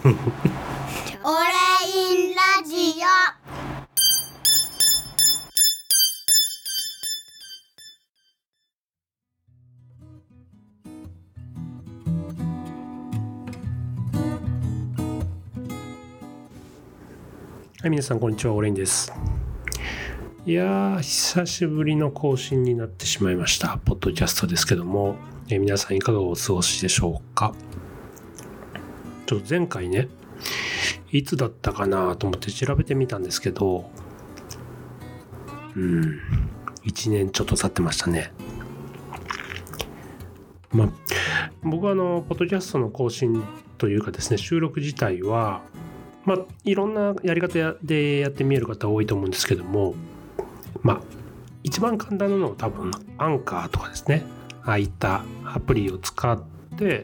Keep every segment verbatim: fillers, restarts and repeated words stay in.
オレインラジオ。 はい、皆さんこんにちは、オレインです。いやー、久しぶりの更新になってしまいました。ポッドキャストですけども、えー、皆さんいかがお過ごしでしょうか。ちょっと前回ね、いつだったかなと思って調べてみたんですけど、うん、いちねんちょっと経ってましたね。まあ、僕はあの、ポッドキャストの更新というかですね、収録自体は、まあ、いろんなやり方でやってみえる方多いと思うんですけども、まあ、一番簡単なのは多分アンカーとかですね、ああいったアプリを使って、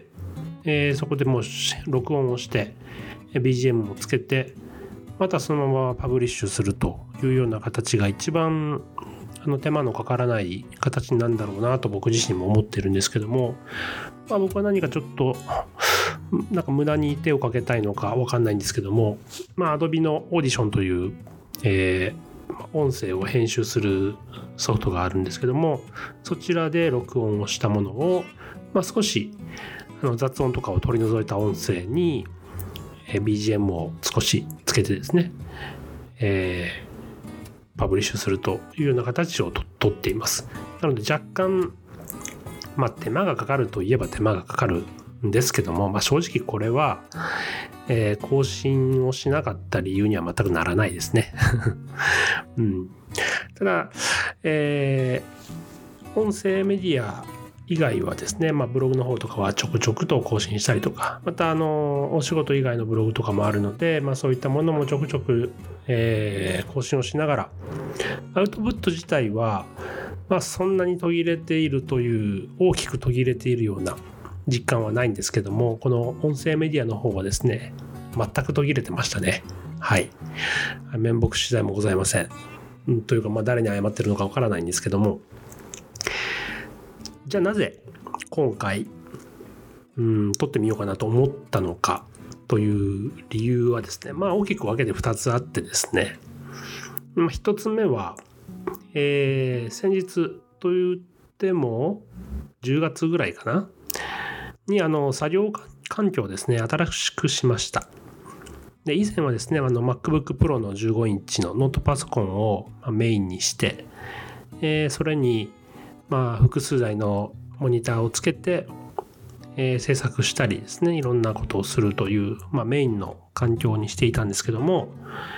えー、そこでもう録音をして ビージーエム もつけて、またそのままパブリッシュするというような形が一番あの手間のかからない形なんだろうなと僕自身も思ってるんですけども、まあ、僕は何かちょっとなんか無駄に手をかけたいのかわかんないんですけども、まあ Adobe の Audition という、えー、音声を編集するソフトがあるんですけども、そちらで録音をしたものを、まあ、少しあの雑音とかを取り除いた音声に、えー、ビージーエム を少しつけてですね、えー、パブリッシュするというような形をと取っています。なので若干、まあ、手間がかかるといえば手間がかかるんですけども、まあ、正直これは、えー、更新をしなかった理由には全くならないですね、うん、ただ、えー、音声メディア以外はですね、まあ、ブログの方とかはちょくちょくと更新したりとか、またあのお仕事以外のブログとかもあるので、まあ、そういったものもちょくちょく、えー、更新をしながら、アウトプット自体は、まあ、そんなに途切れているという大きく途切れているような実感はないんですけども、この音声メディアの方はですね、全く途切れてましたね。はい。面目次第もございません。うん、というか、まあ誰に謝ってるのかわからないんですけども、じゃあなぜ今回、うん、撮ってみようかなと思ったのかという理由はですね、まあ大きく分けてふたつあってですね、まあ、ひとつめは、えー、先日と言ってもじゅうがつぐらいかなにあの作業環境をですね新しくしました。で以前はですねあの MacBook Pro のじゅうごインチのノートパソコンをメインにして、えー、それにまあ複数台のモニターをつけて、えー、制作したりですねいろんなことをするという、まあ、メインの環境にしていたんですけども、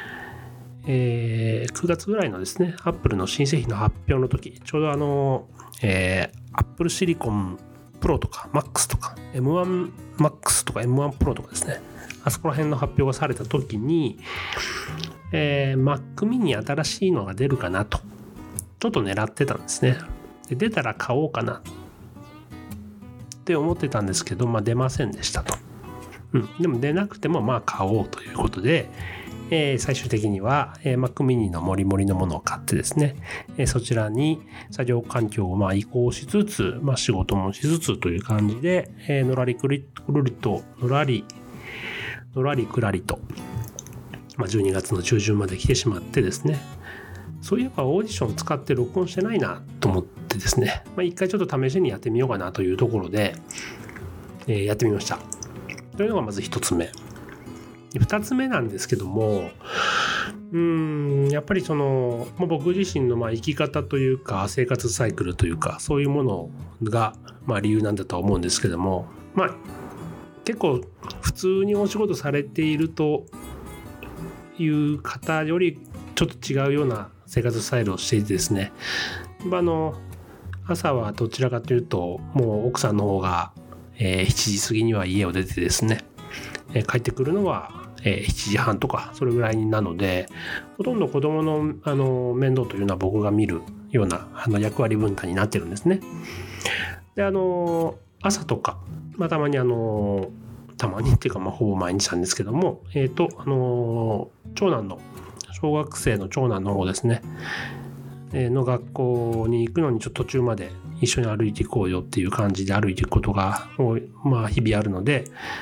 えー、くがつぐらいのですね Apple の新製品の発表の時、ちょうどあの、えー、Apple Silicon Pro とか Max とか エムワン Max とか エムワン Pro とかですね、あそこら辺の発表がされた時に、えー、Mac mini 新しいのが出るかなとちょっと狙ってたんですね。で出たら買おうかなって思ってたんですけど、まあ出ませんでしたと、うん、でも出なくてもまあ買おうということで、えー、最終的には、えー、Mac mini のモリモリのものを買ってですね、えー、そちらに作業環境をまあ移行しつつ、まあ、仕事もしつつという感じで、えー、のらりくりくるりとのらりのらりくらりと、まあ、じゅうにがつの中旬まで来てしまってですね、そういえばオーディション使って録音してないなと思ってですね、まあ、一回ちょっと試しにやってみようかなというところで、えー、やってみましたというのがまず一つ目。二つ目なんですけども、うーんやっぱりその、まあ、僕自身のまあ生き方というか生活サイクルというかそういうものがまあ理由なんだとは思うんですけども、まあ結構普通にお仕事されているという方よりちょっと違うような生活スタイルをしていてですね、あの朝はどちらかというともう奥さんの方が、えー、しちじ過ぎには家を出てですね、えー、帰ってくるのは、えー、しちじはんとかそれぐらいなので、ほとんど子供の、あの面倒というのは僕が見るようなあの役割分担になってるんですね。であの朝とか、まあ、たまにあのたまにっていうか、まあ、ほぼ毎日なんですけども、えっとあの長男の小学生の長男の方ですねの学校に行くのにちょっと途中まで一緒に歩いていこうよっていう感じで歩いていくことが、まあ、日々あるので、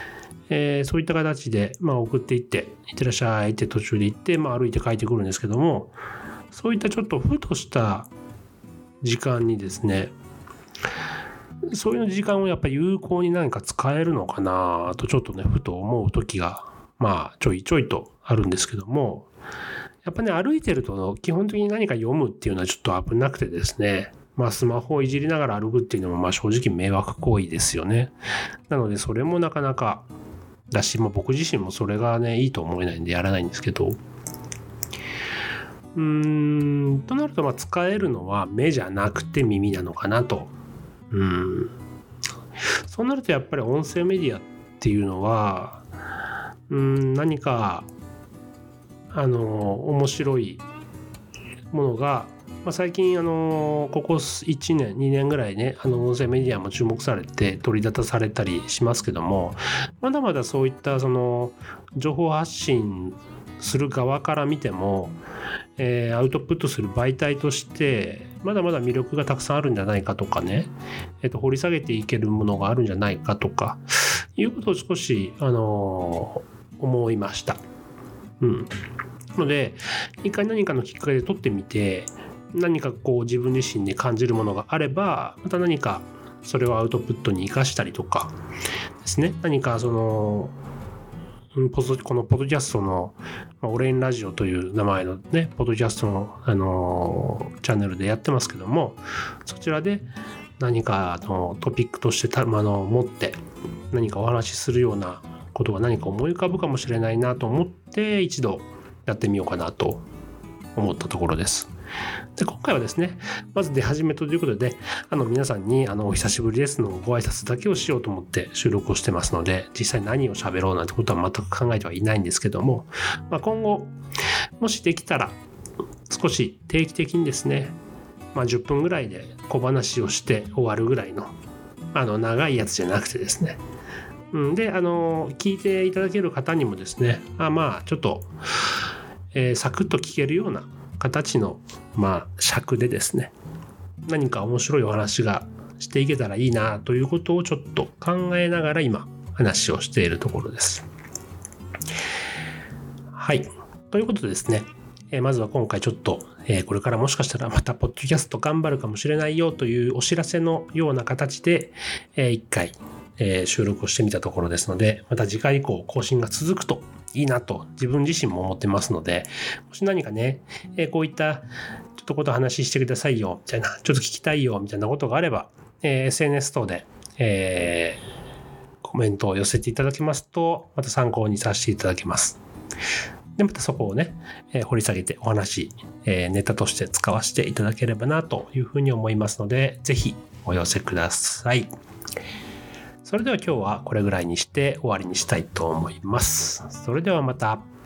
えー、そういった形で、まあ、送っていっていってらっしゃいって途中で行って、まあ、歩いて帰ってくるんですけども、そういったちょっとふとした時間にですね、そういう時間をやっぱり有効に何か使えるのかなとちょっとねふと思う時がまあちょいちょいとあるんですけども、やっぱね歩いてると基本的に何か読むっていうのはちょっと危なくてですね、まあスマホをいじりながら歩くっていうのもまあ正直迷惑行為ですよね。なのでそれもなかなかだし、まあ、僕自身もそれがねいいと思えないんでやらないんですけど、うーんとなるとまあ使えるのは目じゃなくて耳なのかなと。うん、そうなるとやっぱり音声メディアっていうのはうん何かあの面白いものが、まあ、最近あのここいちねんにねんぐらいねあの音声メディアも注目されて取り立たされたりしますけども、まだまだそういったその情報発信する側から見ても、えー、アウトプットする媒体としてまだまだ魅力がたくさんあるんじゃないかとかね、えー、と掘り下げていけるものがあるんじゃないかとかいうことを少し、あのー、思いました。うん。ので一回何かのきっかけで撮ってみて何かこう自分自身で感じるものがあればまた何かそれをアウトプットに生かしたりとかですね、何かそのこのポッドキャストのオレインラジオという名前のねポッドキャストの、あのー、チャンネルでやってますけども、そちらで何かのトピックとしてた、まあの持って何かお話しするようなことが何か思い浮かぶかもしれないなと思って一度やってみようかなと思ったところです。で今回はですねまず出始めということであの皆さんにあのお久しぶりですのご挨拶だけをしようと思って収録をしてますので、実際何を喋ろうなんてことは全く考えてはいないんですけども、まあ、今後もしできたら少し定期的にですね、まあ、じゅっぷんぐらいで小話をして終わるぐらいのあの長いやつじゃなくてですね、うん、であの聞いていただける方にもですねあまあちょっと、えー、サクッと聞けるような形のまあ尺でですね何か面白いお話がしていけたらいいなということをちょっと考えながら今話をしているところです。はいということでですね、えー、まずは今回ちょっと、えー、これからもしかしたらまたポッドキャスト頑張るかもしれないよというお知らせのような形で、えー、いっかい、えー、収録をしてみたところですので、また次回以降更新が続くといいなと自分自身も思ってますので、もし何かね、えー、こういったちょっとこと話してくださいよみたいな、ちょっと聞きたいよみたいなことがあれば、えー、エスエヌエス 等で、えー、コメントを寄せていただけますとまた参考にさせていただきます。でまたそこをね、えー、掘り下げてお話、えー、ネタとして使わせていただければなというふうに思いますので、ぜひお寄せください。それでは今日はこれぐらいにして終わりにしたいと思います。それではまた。